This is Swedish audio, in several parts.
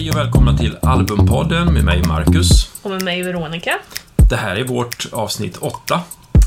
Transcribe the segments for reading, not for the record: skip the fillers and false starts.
Hej och välkomna till Albumpodden med mig Marcus. Och med mig Veronica. Det här är vårt avsnitt 8.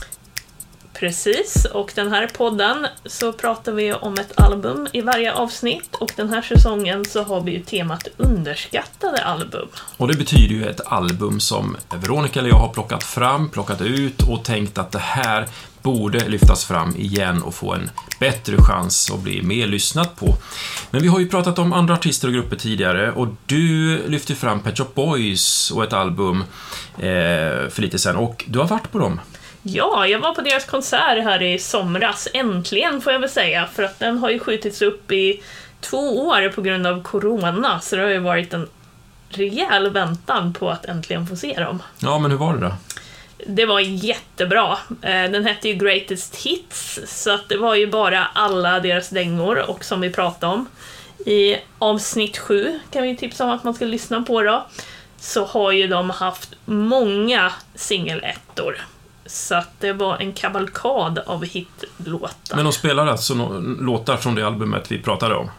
Precis, och den här podden så pratar vi om ett album i varje avsnitt. Och den här säsongen så har vi ju temat underskattade album. Och det betyder ju ett album som Veronica eller jag har plockat ut och tänkt att det här borde lyftas fram igen och få en bättre chans att bli mer lyssnat på. Men vi har ju pratat om andra artister och grupper tidigare och du lyfte fram Pet Shop Boys och ett album för lite sedan och du har varit på dem. Ja, jag var på deras konsert här i somras, äntligen får jag väl säga, för att den har ju skjutits upp i 2 år på grund av corona, så det har ju varit en rejäl väntan på att äntligen få se dem. Ja, men hur var det då? Det var jättebra. Den hette ju Greatest Hits, så att det var ju bara alla deras dängor, och som vi pratade om i avsnitt 7 kan vi tipsa om att man ska lyssna på då, så har ju de haft många singelettor. Så att det var en kavalkad av hitlåtar. Men de spelade alltså låtar från det albumet vi pratade om?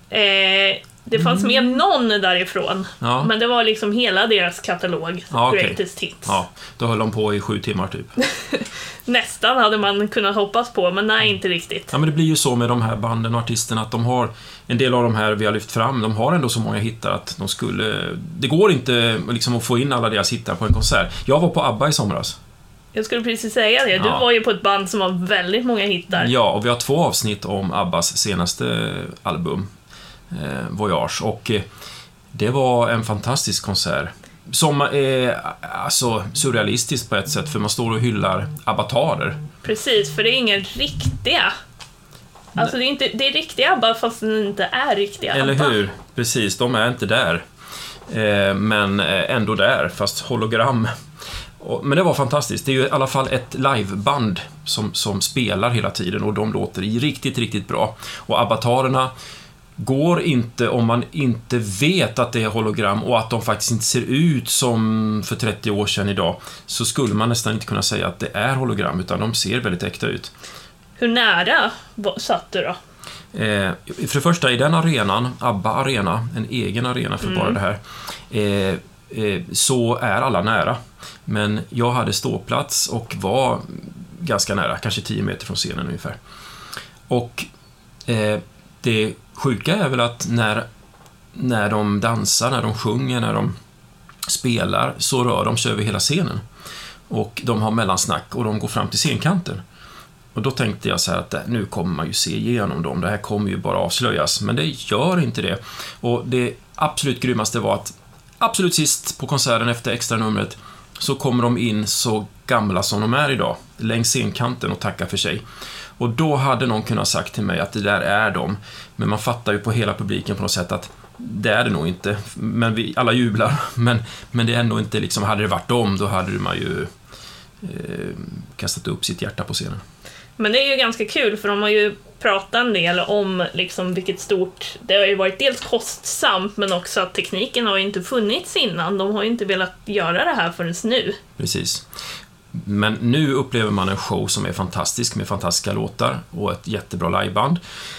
Det fanns med någon därifrån. Ja. Men det var liksom hela deras katalog, ja, Greatest Hits. Ja, då höll de på i 7 timmar typ. Nästan hade man kunnat hoppas på, men nej, inte riktigt. Ja, men det blir ju så med de här banden och artisterna att de har, en del av de här vi har lyft fram, de har ändå så många hittar att de skulle, det går inte liksom att få in alla deras hittar på en konsert. Jag var på ABBA i somras. Jag skulle precis säga det. Du var ju på ett band som har väldigt många hittar. Ja, och vi har 2 avsnitt om ABBAs senaste album, Voyage. Och det var en fantastisk konsert. Som är alltså surrealistiskt på ett sätt, för man står och hyllar avatarer. Precis, för det är ingen riktiga. Alltså det är riktiga ABBA fast det inte är riktiga ABBA. Eller hur? Precis, de är inte där. Men ändå där, fast hologram. Men det var fantastiskt. Det är ju i alla fall ett liveband som spelar hela tiden och de låter riktigt, riktigt bra. Och avatarerna går inte om man inte vet att det är hologram och att de faktiskt inte ser ut som för 30 år sedan idag, så skulle man nästan inte kunna säga att det är hologram, utan de ser väldigt äkta ut. Hur nära satt du då? För det första i den arenan, ABBA Arena, en egen arena för bara det här, så är alla nära. Men jag hade ståplats och var ganska nära, kanske 10 meter från scenen ungefär. Och det sjuka är väl att när de dansar, när de sjunger, när de spelar, så rör de sig över hela scenen. Och de har mellansnack och de går fram till scenkanten. Och då tänkte jag så här att nu kommer man ju se igenom dem. Det här kommer ju bara avslöjas. Men det gör inte det. Och det absolut grymmaste var att absolut sist på konserten efter extra numret så kommer de in så gamla som de är idag, längs scenkanten och tackar för sig. Och då hade någon kunnat sagt till mig att det där är de. Men man fattar ju på hela publiken på något sätt att det är det nog inte. Men vi alla jublar. Men det är ändå inte liksom, hade det varit dem, då hade man ju kastat upp sitt hjärta på scenen. Men det är ju ganska kul, för de har ju pratat en del om liksom vilket stort, det har ju varit dels kostsamt, men också att tekniken har ju inte funnits innan. De har ju inte velat göra det här förrän nu. Precis. Men nu upplever man en show som är fantastisk, med fantastiska låtar och ett jättebra liveband.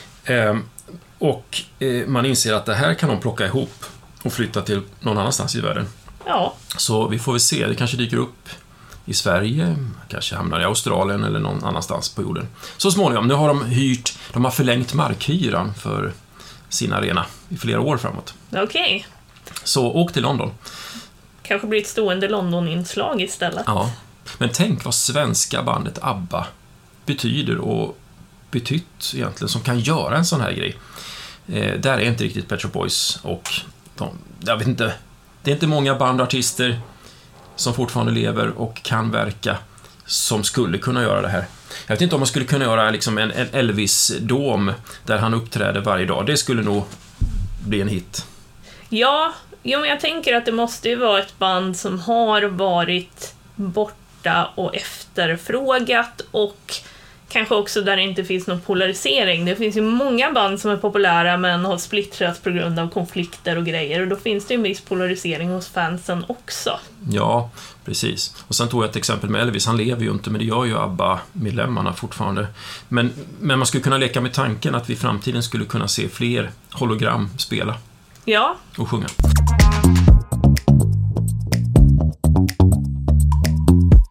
Och man inser att det här kan de plocka ihop och flytta till någon annanstans i världen. Ja. Så vi får väl se, det kanske dyker upp i Sverige, kanske hamnar i Australien eller någon annanstans på jorden. Så småningom, nu har de har förlängt markhyran för sin arena i flera år framåt. Okej. Så åk till London. Kanske blir ett stående London-inslag istället. Ja, men tänk vad svenska bandet ABBA betyder och betytt egentligen, som kan göra en sån här grej. Där är inte riktigt Pet Shop Boys och jag vet inte, det är inte många band och artister som fortfarande lever och kan verka som skulle kunna göra det här. Jag vet inte om man skulle kunna göra liksom en Elvis-dom där han uppträder varje dag. Det skulle nog bli en hit. Ja, men jag tänker att det måste ju vara ett band som har varit borta och efterfrågat, och kanske också där det inte finns någon polarisering. Det finns ju många band som är populära men har splittrats på grund av konflikter och grejer, och då finns det ju en viss polarisering hos fansen också. Ja, precis. Och sen tog jag ett exempel med Elvis. Han lever ju inte, men det gör ju ABBA-medlemmarna fortfarande. Men man skulle kunna leka med tanken att vi i framtiden skulle kunna se fler hologram spela. Ja. Och sjunga.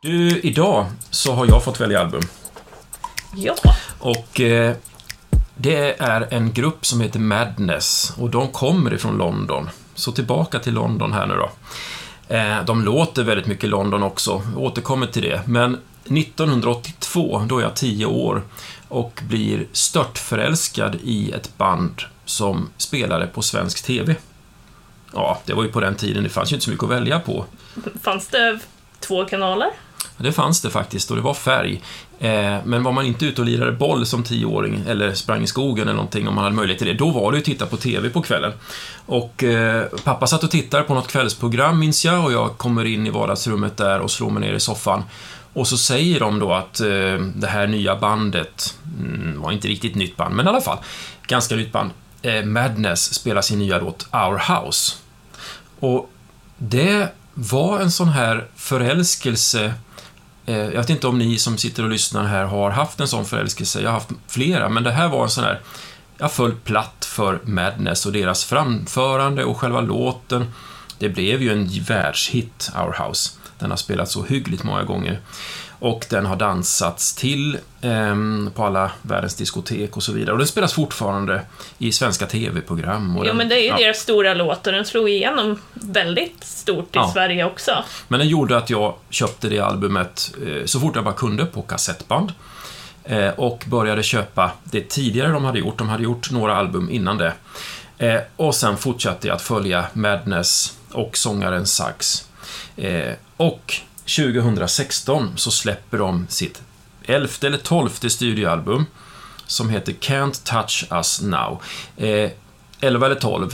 Idag så har jag fått välja album. Ja. Och det är en grupp som heter Madness. Och de kommer ifrån London. Så tillbaka till London här nu då. De låter väldigt mycket London också. Jag återkommer till det. Men 1982, då är jag 10 år. Och blir störtförälskad i ett band som spelade på svensk TV. Ja, det var ju på den tiden. Det fanns ju inte så mycket att välja på. Fanns det 2 kanaler? Det fanns det faktiskt och det var färg. Men var man inte ute och lirade boll som 10-åring eller sprang i skogen eller någonting om man hade möjlighet till det, då var det ju att titta på TV på kvällen. Och pappa satt och tittade på något kvällsprogram minns jag, och jag kommer in i vardagsrummet där och slår mig ner i soffan. Och så säger de då att det här nya bandet var inte riktigt nytt band, men i alla fall ganska nytt band. Madness spelar sin nya låt Our House. Och det var en sån här förälskelse. Jag vet inte om ni som sitter och lyssnar här har haft en sån förälskelse. Jag har haft flera, men det här var en sån här. Jag föll platt för Madness och deras framförande och själva låten. Det blev ju en världshit, Our House. Den har spelats så hyggligt många gånger. Och den har dansats till på alla världens diskotek och så vidare. Och den spelas fortfarande i svenska tv-program. Och men det är ju deras stora låt och den slog igenom väldigt stort i Sverige också. Men den gjorde att jag köpte det albumet så fort jag bara kunde på kassettband. Och började köpa det tidigare de hade gjort. De hade gjort några album innan det. Och sen fortsatte jag att följa Madness och sångaren Suggs. Och 2016 så släpper de sitt 11:e eller 12:e studioalbum som heter Can't Touch Us Now. 11 eller 12.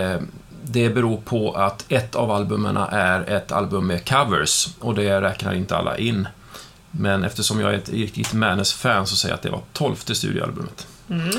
Det beror på att ett av albumen är ett album med covers och det räknar inte alla in. Men eftersom jag är ett riktigt Madness-fan så säger jag att det var 12:e studioalbumet.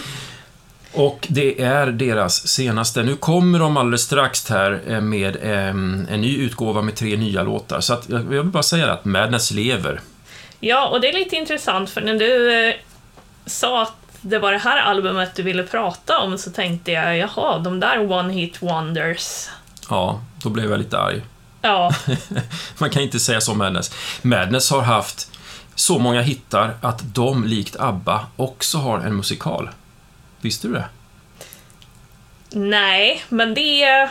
Och det är deras senaste. Nu kommer de alldeles strax här med en ny utgåva med 3 nya låtar. Så att jag vill bara säga att Madness lever. Ja, och det är lite intressant för när du sa att det var det här albumet du ville prata om så tänkte jag, jaha, de där One Hit Wonders. Ja, då blev jag lite arg. Ja. Man kan inte säga så om Madness. Madness har haft så många hittar att de, likt ABBA, också har en musikal. Visste du det? Nej, men det...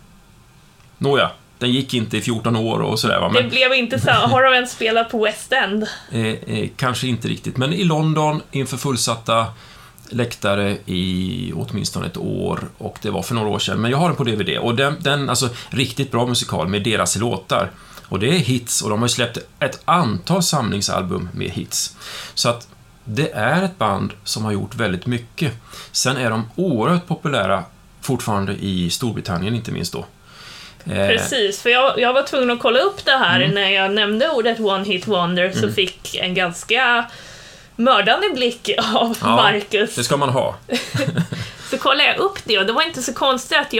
Nåja, den gick inte i 14 år och sådär, va? Men... Det blev inte så. Har de ens spelat på West End? Kanske inte riktigt, men i London inför fullsatta läktare i åtminstone ett år, och det var för några år sedan. Men jag har den på DVD och den alltså riktigt bra musikal med deras låtar. Och det är hits, och de har ju släppt ett antal samlingsalbum med hits. Så att det är ett band som har gjort väldigt mycket. Sen är de oerhört populära fortfarande i Storbritannien, inte minst då. Precis, för jag var tvungen att kolla upp det här när jag nämnde ordet One Hit Wonder så fick en ganska mördande blick av Marcus. Det ska man ha. Så kollade jag upp det och det var inte så konstigt att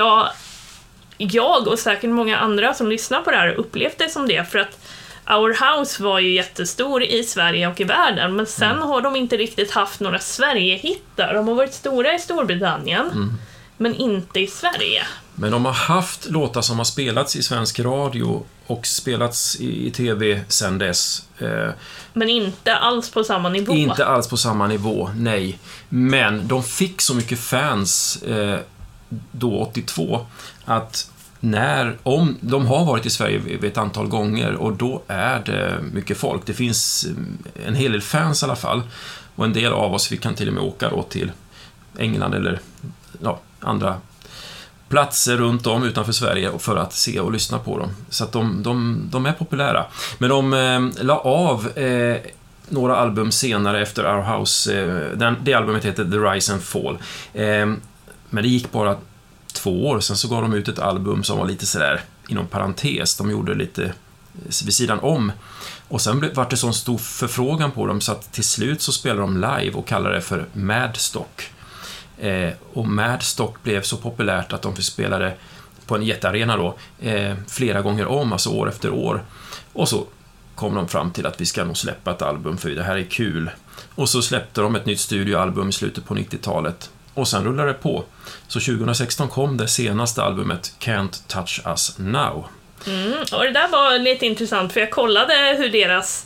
jag och säkert många andra som lyssnar på det här upplevde det som det, för att Our House var ju jättestor i Sverige och i världen, men sen har de inte riktigt haft några Sverige-hittar. De har varit stora i Storbritannien, men inte i Sverige. Men de har haft låtar som har spelats i svensk radio och spelats i tv sen dess. Men inte alls på samma nivå. Inte alls på samma nivå, nej. Men de fick så mycket fans då 82 att om de har varit i Sverige vid ett antal gånger, och då är det mycket folk. Det finns en hel del fans i alla fall, och en del av oss, vi kan till och med åka då till England eller andra platser runt om utanför Sverige för att se och lyssna på dem. Så att de är populära. Men de la av några album senare efter Our House. Det albumet heter The Rise and Fall. Men det gick bara 2 år, sen så gav de ut ett album som var lite sådär inom parentes. De gjorde lite vid sidan om. Och sen var det sån stor förfrågan på dem så att till slut så spelade de live och kallade det för Madstock. Och Madstock blev så populärt att de spelade på en jättearena då flera gånger om, alltså år efter år. Och så kom de fram till att vi ska nog släppa ett album för det här är kul. Och så släppte de ett nytt studioalbum i slutet på 90-talet. Och sen rullade det på. Så 2016 kom det senaste albumet Can't Touch Us Now. Och det där var lite intressant, för jag kollade hur deras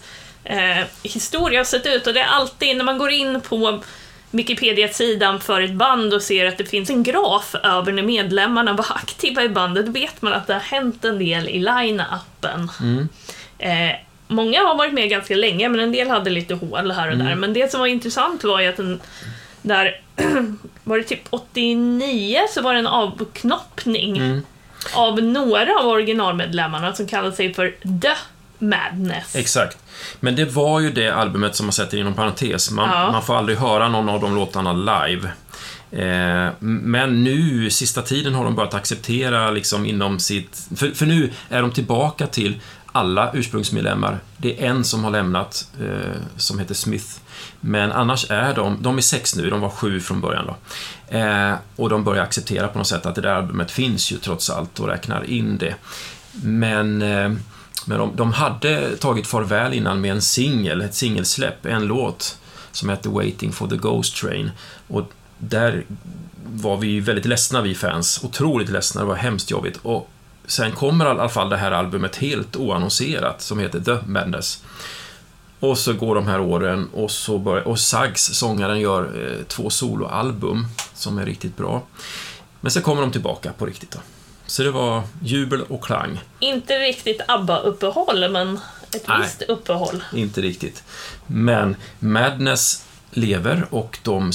historia har sett ut. Och det är alltid, när man går in på Wikipedia-sidan för ett band och ser att det finns en graf över när medlemmarna var aktiva i bandet, vet man att det har hänt en del i line-upen. Många har varit med ganska länge, men en del hade lite hål här och där. Men det som var intressant var ju att där var det typ 89 så var det en avknoppning av några av originalmedlemmarna som kallade sig för The Madness. Exakt. Men det var ju det albumet som man sätter inom parentes. Man får aldrig höra någon av de låtarna live. Men nu, sista tiden, har de börjat acceptera liksom inom sitt... För nu är de tillbaka till alla ursprungsmedlemmar. Det är en som har lämnat, som heter Smith. Men annars är de är 6 nu, de var 7 från början då. Och de börjar acceptera på något sätt att det där albumet finns ju trots allt och räknar in det. Men de hade tagit farväl innan med ett singelsläpp, en låt som heter Waiting for the Ghost Train. Och där var vi väldigt ledsna, vi fans. Otroligt ledsna, det var hemskt jobbigt. Och sen kommer i alla fall det här albumet helt oannonserat som heter The Madness. Och så går de här åren och Sags, sångaren, gör 2 soloalbum som är riktigt bra. Men sen kommer de tillbaka på riktigt då. Så det var jubel och klang. Inte riktigt ABBA-uppehåll, men ett visst uppehåll. Inte riktigt. Men Madness lever och de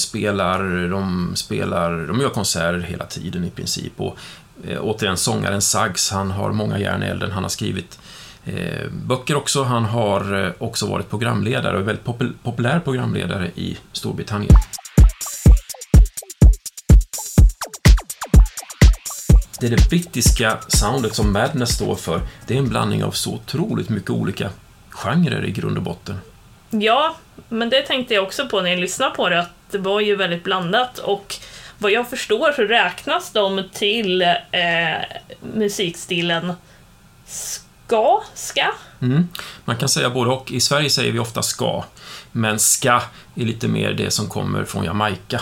gör konserter hela tiden i princip. Och återigen, sångaren Sags, han har många järn i elden. Han har skrivit böcker också. Han har också varit programledare och väldigt populär programledare i Storbritannien. Det är det brittiska soundet som Madness står för. Det är en blandning av så otroligt mycket olika genrer i grund och botten. Ja, men det tänkte jag också på när jag lyssnade på det, att det var ju väldigt blandat, och vad jag förstår så räknas de till musikstilen ska. Man kan säga både och. I Sverige säger vi ofta ska, men ska är lite mer det som kommer från Jamaica.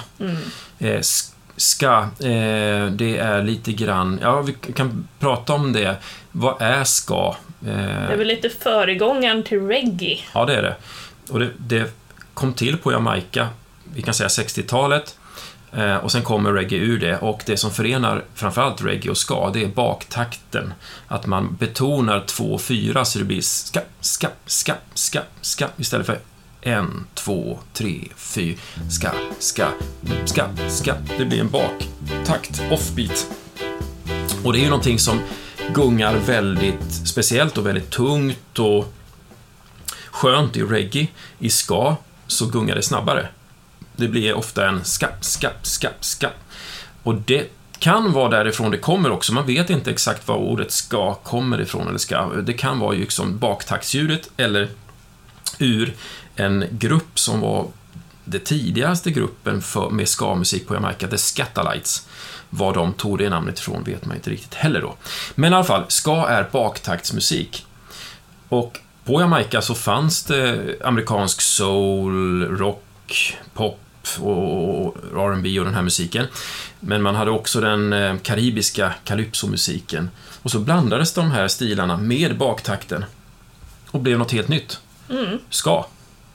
Ska, det är lite grann, ja, vi kan prata om det. Vad är ska? Det är väl lite föregångaren till reggae. Ja, det är det. Och det kom till på Jamaica, vi kan säga 60-talet. Och sen kommer reggae ur det. Och det som förenar framförallt reggae och ska, det är baktakten. Att man betonar 2-4 så det blir ska, ska, ska, ska, ska istället för 1, 2, 3, 4 ska, ska, ska, ska. Det blir en baktakt, offbeat. Och det är ju någonting som gungar väldigt speciellt och väldigt tungt och skönt i reggae. I ska så gungar det snabbare. Det blir ofta en ska, ska, ska, ska. Och det kan vara därifrån det kommer också. Man vet inte exakt var ordet ska kommer ifrån eller ska. Det kan vara ju liksom baktaktsljudet eller ur en grupp som var det tidigaste gruppen med ska-musik på Jamaica, The Skatalites. Var de tog det namnet ifrån vet man inte riktigt heller då. Men i alla fall, ska är baktaktsmusik. Och på Jamaica så fanns det amerikansk soul, rock, pop och R&B och den här musiken. Men man hade också den karibiska calypso-musiken. Och så blandades de här stilarna med baktakten och blev något helt nytt. Ska.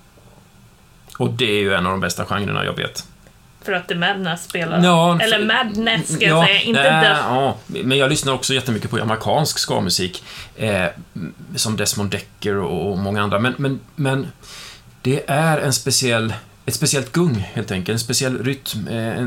Och det är ju en av de bästa genrerna jag vet. För att The Madness spelar. Ja, eller Madness ska jag säga, inte Ja, men jag lyssnar också jättemycket på amerikansk ska-musik. Som Desmond Decker och många andra. Men det är ett speciellt gung helt enkelt. En speciell rytm.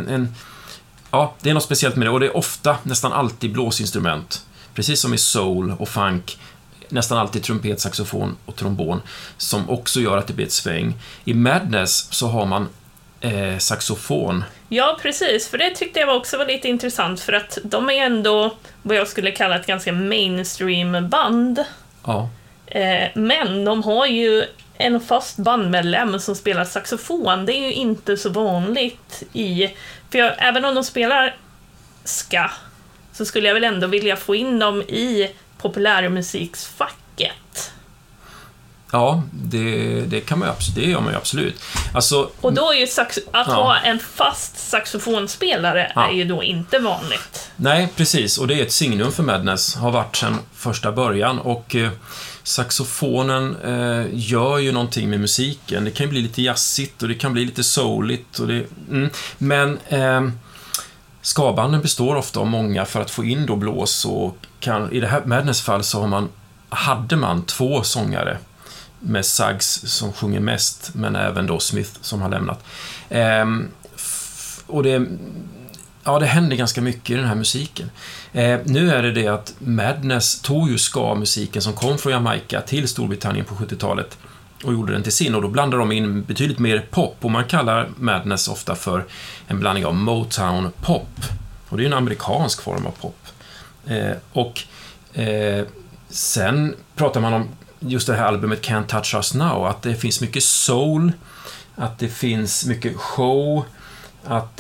Ja, det är något speciellt med det. Och det är ofta, nästan alltid blåsinstrument. Precis som i soul och funk. Nästan alltid trumpet, saxofon och trombon. Som också gör att det blir ett sväng. I Madness så har man saxofon. Ja, precis. För det tyckte jag också var lite intressant. För att de är ändå vad jag skulle kalla ett ganska mainstream band. Ja. Men de har ju en fast bandmedlem som spelar saxofon. Det är ju inte så vanligt för även om de spelar ska, så skulle jag väl ändå vilja få in dem i populärmusiksfacket. Ja, det kan man ju, det gör man ju absolut. Alltså, och då är ju att ha en fast saxofonspelare är ju då inte vanligt. Nej, precis. Och det är ett signum för Madness. Har varit sedan första början. Och saxofonen gör ju någonting med musiken. Det kan ju bli lite jazzigt och det kan bli lite souligt. Och men skabanden består ofta av många för att få in då blås. Och i det här Madness fall så hade man 2 sångare med Suggs som sjunger mest, men även då Smith som har lämnat. Och det händer ganska mycket i den här musiken. Nu är det att Madness tog ju ska-musiken som kom från Jamaica till Storbritannien på 70-talet och gjorde den till sin, och då blandade de in betydligt mer pop, och man kallar Madness ofta för en blandning av Motown-pop, och det är en amerikansk form av pop. Sen pratar man om just det här albumet Can't Touch Us Now, att det finns mycket soul, att det finns mycket show, att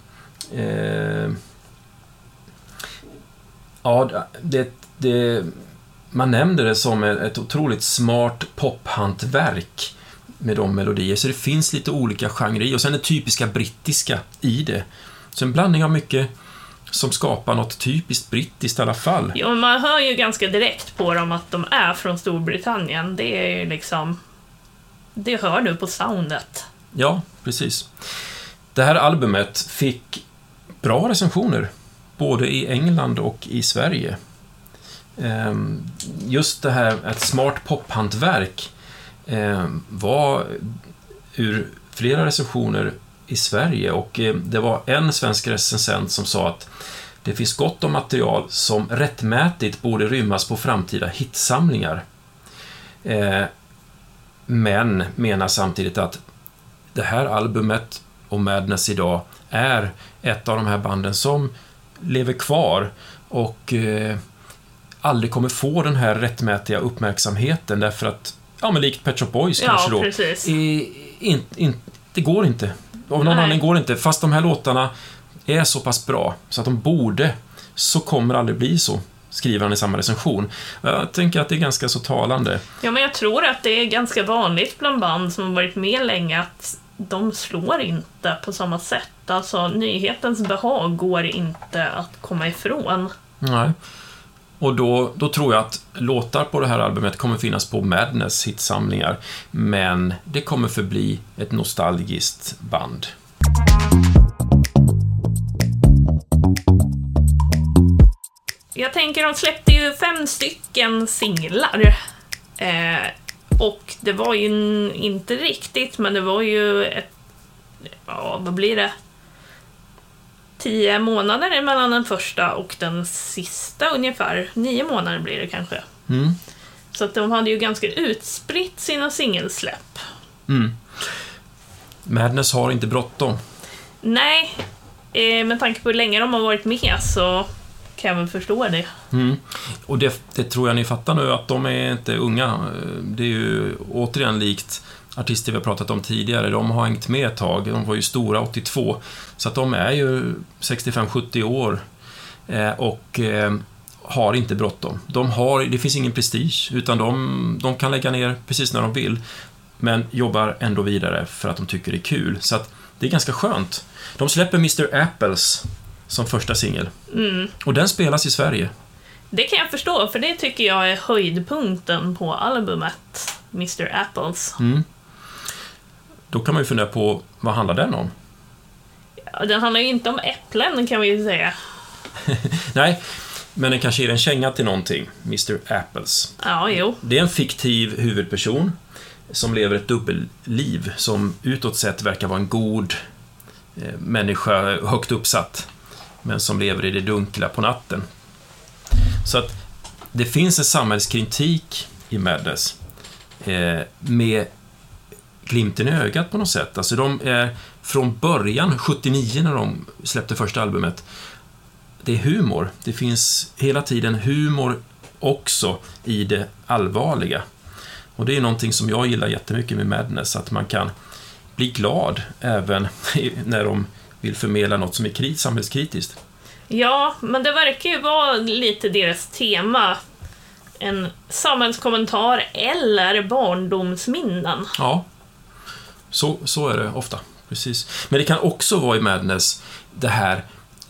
man nämnde det som ett otroligt smart pophantverk med de melodier, så det finns lite olika genrer, och sen det typiska brittiska i det. Så en blandning av mycket som skapar något typiskt brittiskt i alla fall. Ja, man hör ju ganska direkt på dem att de är från Storbritannien. Det är ju liksom, det hör du på soundet. Ja, precis. Det här albumet fick bra recensioner både i England och i Sverige. Just det här, ett smart pophantverk var ur flera recensioner i Sverige, och det var en svensk recensent som sa att det finns gott om material som rättmätigt borde rymmas på framtida hitsamlingar. Men menar samtidigt att det här albumet och Madness idag är ett av de här banden som lever kvar och aldrig kommer få den här rättmätiga uppmärksamheten, därför att, ja, men likt Pet Shop Boys kanske då, det går inte. Av någon anledning går det inte, fast de här låtarna är så pass bra så att de borde, så kommer det aldrig bli så, skriver han i samma recension. Jag tänker att det är ganska så talande. Ja, men jag tror att det är ganska vanligt bland band som har varit med länge att de slår inte på samma sätt. Alltså, nyhetens behag går inte att komma ifrån. Nej. Och då tror jag att låtar på det här albumet kommer finnas på Madness hitsamlingar, men det kommer förbli ett nostalgiskt band. Jag tänker, de släppte ju 5 stycken singlar. Och det var ju inte riktigt, men det var ju vad blir det? 10 månader mellan den första och den sista, ungefär 9 månader blir det kanske. Så att de hade ju ganska utspritt sina singelsläpp. Madness har inte bråttom. Nej, med tanke på hur länge de har varit med så kan jag väl förstå det. Och det tror jag ni fattar nu, att de är inte unga. Det är ju återigen likt artister vi har pratat om tidigare. De har hängt med ett tag. De var ju stora 82. Så att de är ju 65-70 år och har inte bråttom. Det finns ingen prestige, utan de kan lägga ner precis när de vill, men jobbar ändå vidare för att de tycker det är kul. Så att det är ganska skönt. De släpper Mr. Apples som första singel. Och den spelas i Sverige. Det kan jag förstå, för det tycker jag är höjdpunkten på albumet Mr. Apples. Då kan man ju fundera på, vad handlar den om? Ja, den handlar ju inte om äpplen, kan vi ju säga. Nej, men den kanske ger en känga till någonting. Mr. Apples. Ja, jo. Det är en fiktiv huvudperson som lever ett dubbelliv, som utåt sett verkar vara en god människa, högt uppsatt, men som lever i det dunkla på natten. Så att det finns en samhällskritik i Madness med glimten i ögat på något sätt. Alltså de är från början, 79 när de släppte första albumet, det är humor. Det finns hela tiden humor också i det allvarliga. Och det är någonting som jag gillar jättemycket med Madness, att man kan bli glad även när de vill förmedla något som är samhällskritiskt. Ja, men det verkar ju vara lite deras tema. en samhällskommentar eller barndomsminnen. Ja, så är det ofta. Precis. Men det kan också vara i Madness det här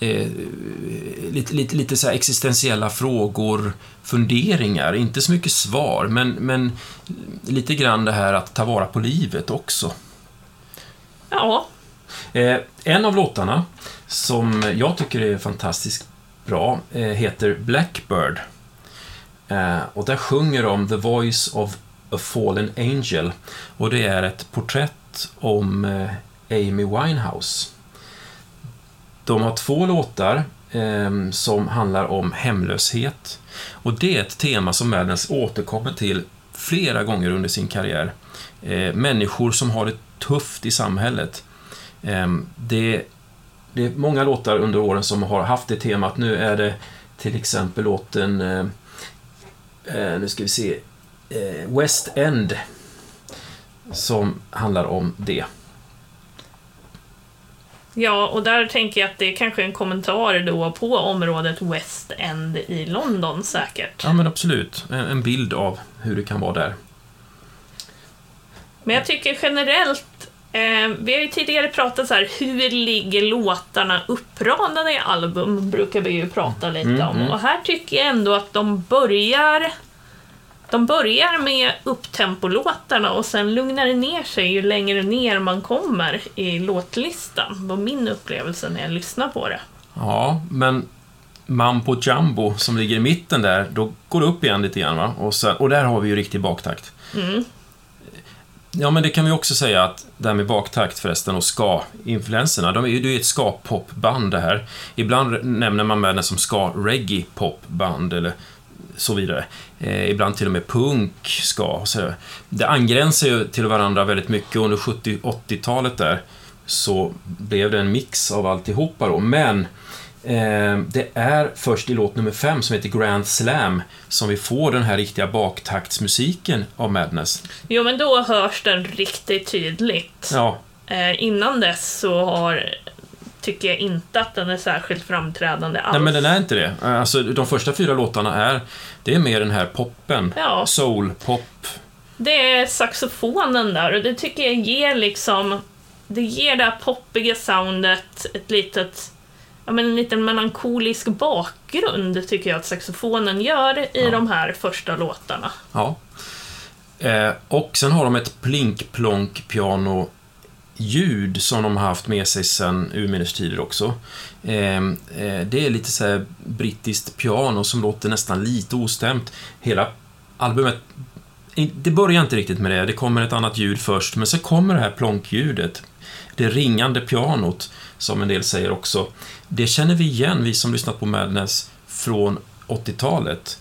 lite så här existentiella frågor, funderingar, inte så mycket svar, men lite grann det här att ta vara på livet också. Ja. En av låtarna som jag tycker är fantastiskt bra heter Blackbird. Och där sjunger de The Voice of a Fallen Angel, och det är ett porträtt om Amy Winehouse. De har 2 låtar som handlar om hemlöshet, och det är ett tema som Madness återkommer till flera gånger under sin karriär. Människor som har det tufft i samhället. Det är många låtar under åren som har haft det temat. Nu är det till exempel låten nu ska vi se West End som handlar om det. Ja, och där tänker jag att det är kanske en kommentar då på området West End i London säkert. Ja, men absolut. En bild av hur det kan vara där. Men jag tycker generellt, vi har ju tidigare pratat så här, hur ligger låtarna uppradade i album, brukar vi ju prata lite om. Och här tycker jag ändå att de börjar med upptempolåtarna och sen lugnar det ner sig ju längre ner man kommer i låtlistan. Var min upplevelse när jag lyssnar på det. Ja, men Mambo Jumbo som ligger i mitten där, då går det upp igen lite grann, va? Och där har vi ju riktig baktakt. Ja, men det kan vi också säga att det här med baktakt förresten och ska-influenserna, det är ju ett ska-popband det här. Ibland nämner man med den som ska-reggae-popband eller så vidare. Ibland till och med punk, ska. Så det angränsar ju till varandra väldigt mycket. Under 70-80-talet där så blev det en mix av alltihopa då. Men det är först i låt nummer 5 som heter Grand Slam som vi får den här riktiga baktaktsmusiken av Madness. Jo, men då hörs den riktigt tydligt. Ja. Innan dess så tycker jag inte att den är särskilt framträdande alls. Nej, men den är inte det. Alltså, de första 4 låtarna det är mer den här poppen. Ja. Soul-pop. Det är saxofonen där och det tycker jag ger liksom, det ger det här poppiga soundet en liten melankolisk bakgrund tycker jag att saxofonen gör i de här första låtarna. Ja. Och sen har de ett plink-plonk-piano ljud som de har haft med sig sedan urminnes tider också. Det är lite så här brittiskt piano som låter nästan lite ostämt. Hela albumet, det börjar inte riktigt med det. Det kommer ett annat ljud först, men så kommer det här plonkljudet. Det ringande pianot, som en del säger också. Det känner vi igen, vi som lyssnat på Madness från 80-talet.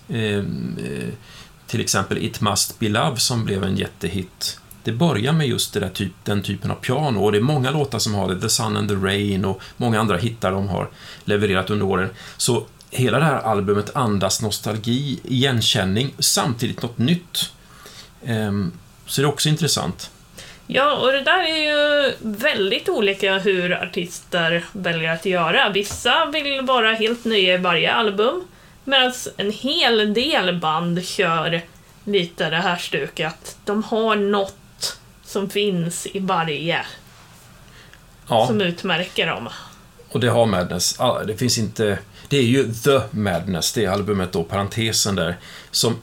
Till exempel It Must Be Love som blev en jättehit. Det börjar med just den typen av piano, och det är många låtar som har det, The Sun and the Rain och många andra hittar de har levererat under åren. Så hela det här albumet andas nostalgi, igenkänning, samtidigt något nytt. Så det är också intressant. Ja, och det där är ju väldigt olika hur artister väljer att göra. Vissa vill vara helt nya i varje album, medan en hel del band kör lite det här stuket. De har något som finns i varje som utmärker dem. Och det har Madness. Det finns inte... Det är ju The Madness, det albumet då, parentesen där, som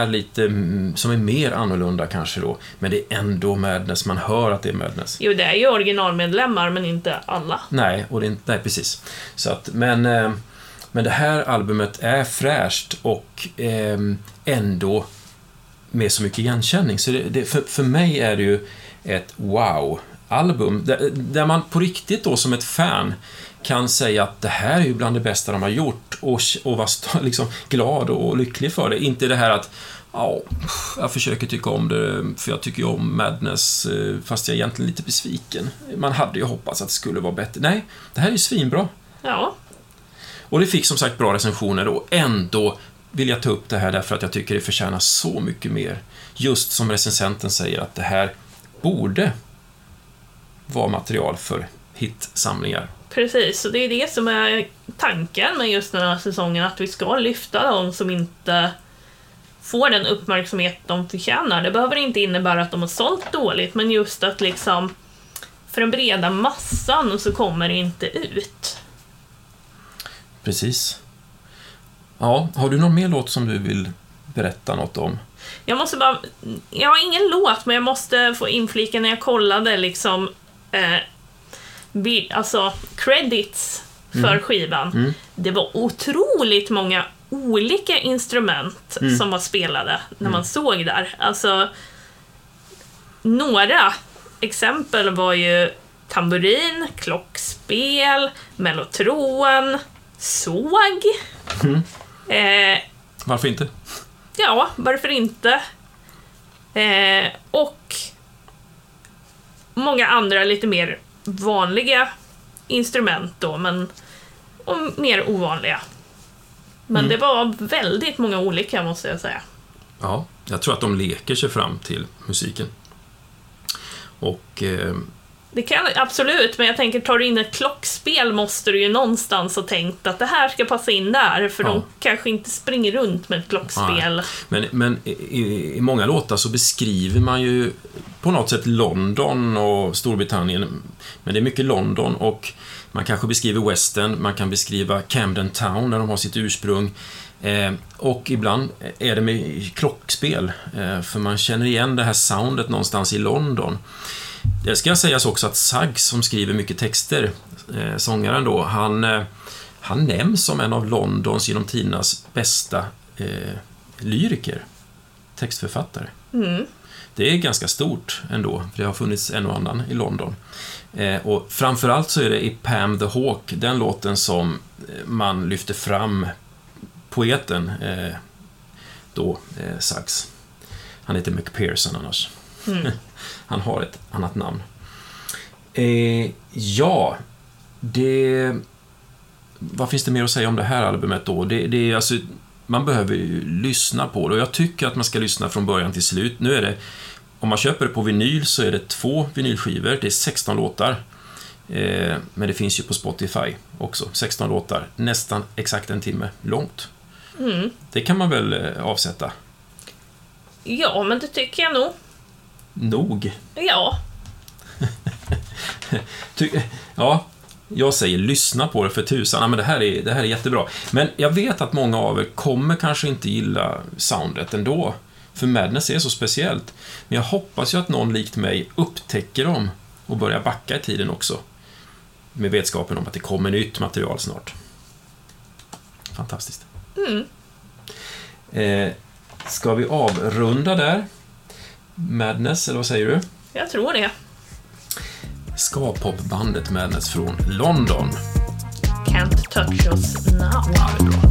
är mer annorlunda kanske då, men det är ändå Madness, man hör att det är Madness. Jo, det är ju originalmedlemmar, men inte alla. Nej, nej precis. Så att, men det här albumet är fräscht och ändå med så mycket igenkänning. Så för mig är det ju ett wow-album, där man på riktigt då som ett fan kan säga att det här är ju bland det bästa de har gjort och vara liksom glad och lycklig för det. Inte det här att jag försöker tycka om det för jag tycker ju om Madness fast jag är egentligen lite besviken. Man hade ju hoppats att det skulle vara bättre. Nej, det här är ju svinbra. Ja. Och det fick som sagt bra recensioner, och ändå vill jag ta upp det här därför att jag tycker det förtjänar så mycket mer. Just som recensenten säger att det här borde vara material för hitsamlingar. Precis, och det är det som är tanken med just den här säsongen, att vi ska lyfta dem får den uppmärksamhet de förtjänar. Det behöver inte innebära att de har sålt dåligt, men just att liksom för den breda massan så kommer det inte ut. Precis. Ja, har du någon mer låt som du vill berätta något om? Jag har ingen låt, men jag måste få inflika när jag kollade liksom alltså credits för skivan. Det var otroligt många olika instrument som var spelade när man såg där. Alltså några exempel var ju tamburin, klockspel, mellotron, såg. Varför inte? Ja, varför inte? Och många andra lite mer vanliga instrument då, men och mer ovanliga. Men det var väldigt många olika, måste jag säga. Ja, jag tror att de leker sig fram till musiken. Och det kan absolut, men jag tänker, tar du in ett klockspel måste du ju någonstans ha tänkt att det här ska passa in där, för de kanske inte springer runt med ett klockspel. Men i många låtar så beskriver man ju på något sätt London och Storbritannien, men det är mycket London, och man kanske beskriver Western, man kan beskriva Camden Town där de har sitt ursprung, och ibland är det med klockspel, för man känner igen det här soundet någonstans i London. Det ska sägas också att Suggs, som skriver mycket texter, sångaren då, han nämns som en av Londons genom tidernas bästa lyriker, textförfattare. Det är ganska stort ändå, för det har funnits en och annan i London. Och framförallt så är det i Pam the Hawk, den låten, som man lyfter fram poeten Suggs. Han heter McPherson annars. Han har ett annat namn. Vad finns det mer att säga om det här albumet då? Det är alltså, man behöver ju lyssna på det, och jag tycker att man ska lyssna från början till slut. Nu är det, om man köper det på vinyl så är det 2 vinylskivor, det är 16 låtar. Men det finns ju på Spotify också, 16 låtar, nästan exakt en timme långt. Det kan man väl avsätta? Ja, men det tycker jag nog. Nog? Ja. Ja, jag säger lyssna på det för tusan. Ja, men det här är jättebra. Men jag vet att många av er kommer kanske inte gilla soundet ändå, för Madness är så speciellt. Men jag hoppas ju att någon likt mig upptäcker dem och börjar backa i tiden också, med vetskapen om att det kommer nytt material snart. Fantastiskt. Ska vi avrunda där? Madness, eller vad säger du? Jag tror det. Ska-popbandet Madness från London. Can't touch us now. Ja, det är bra.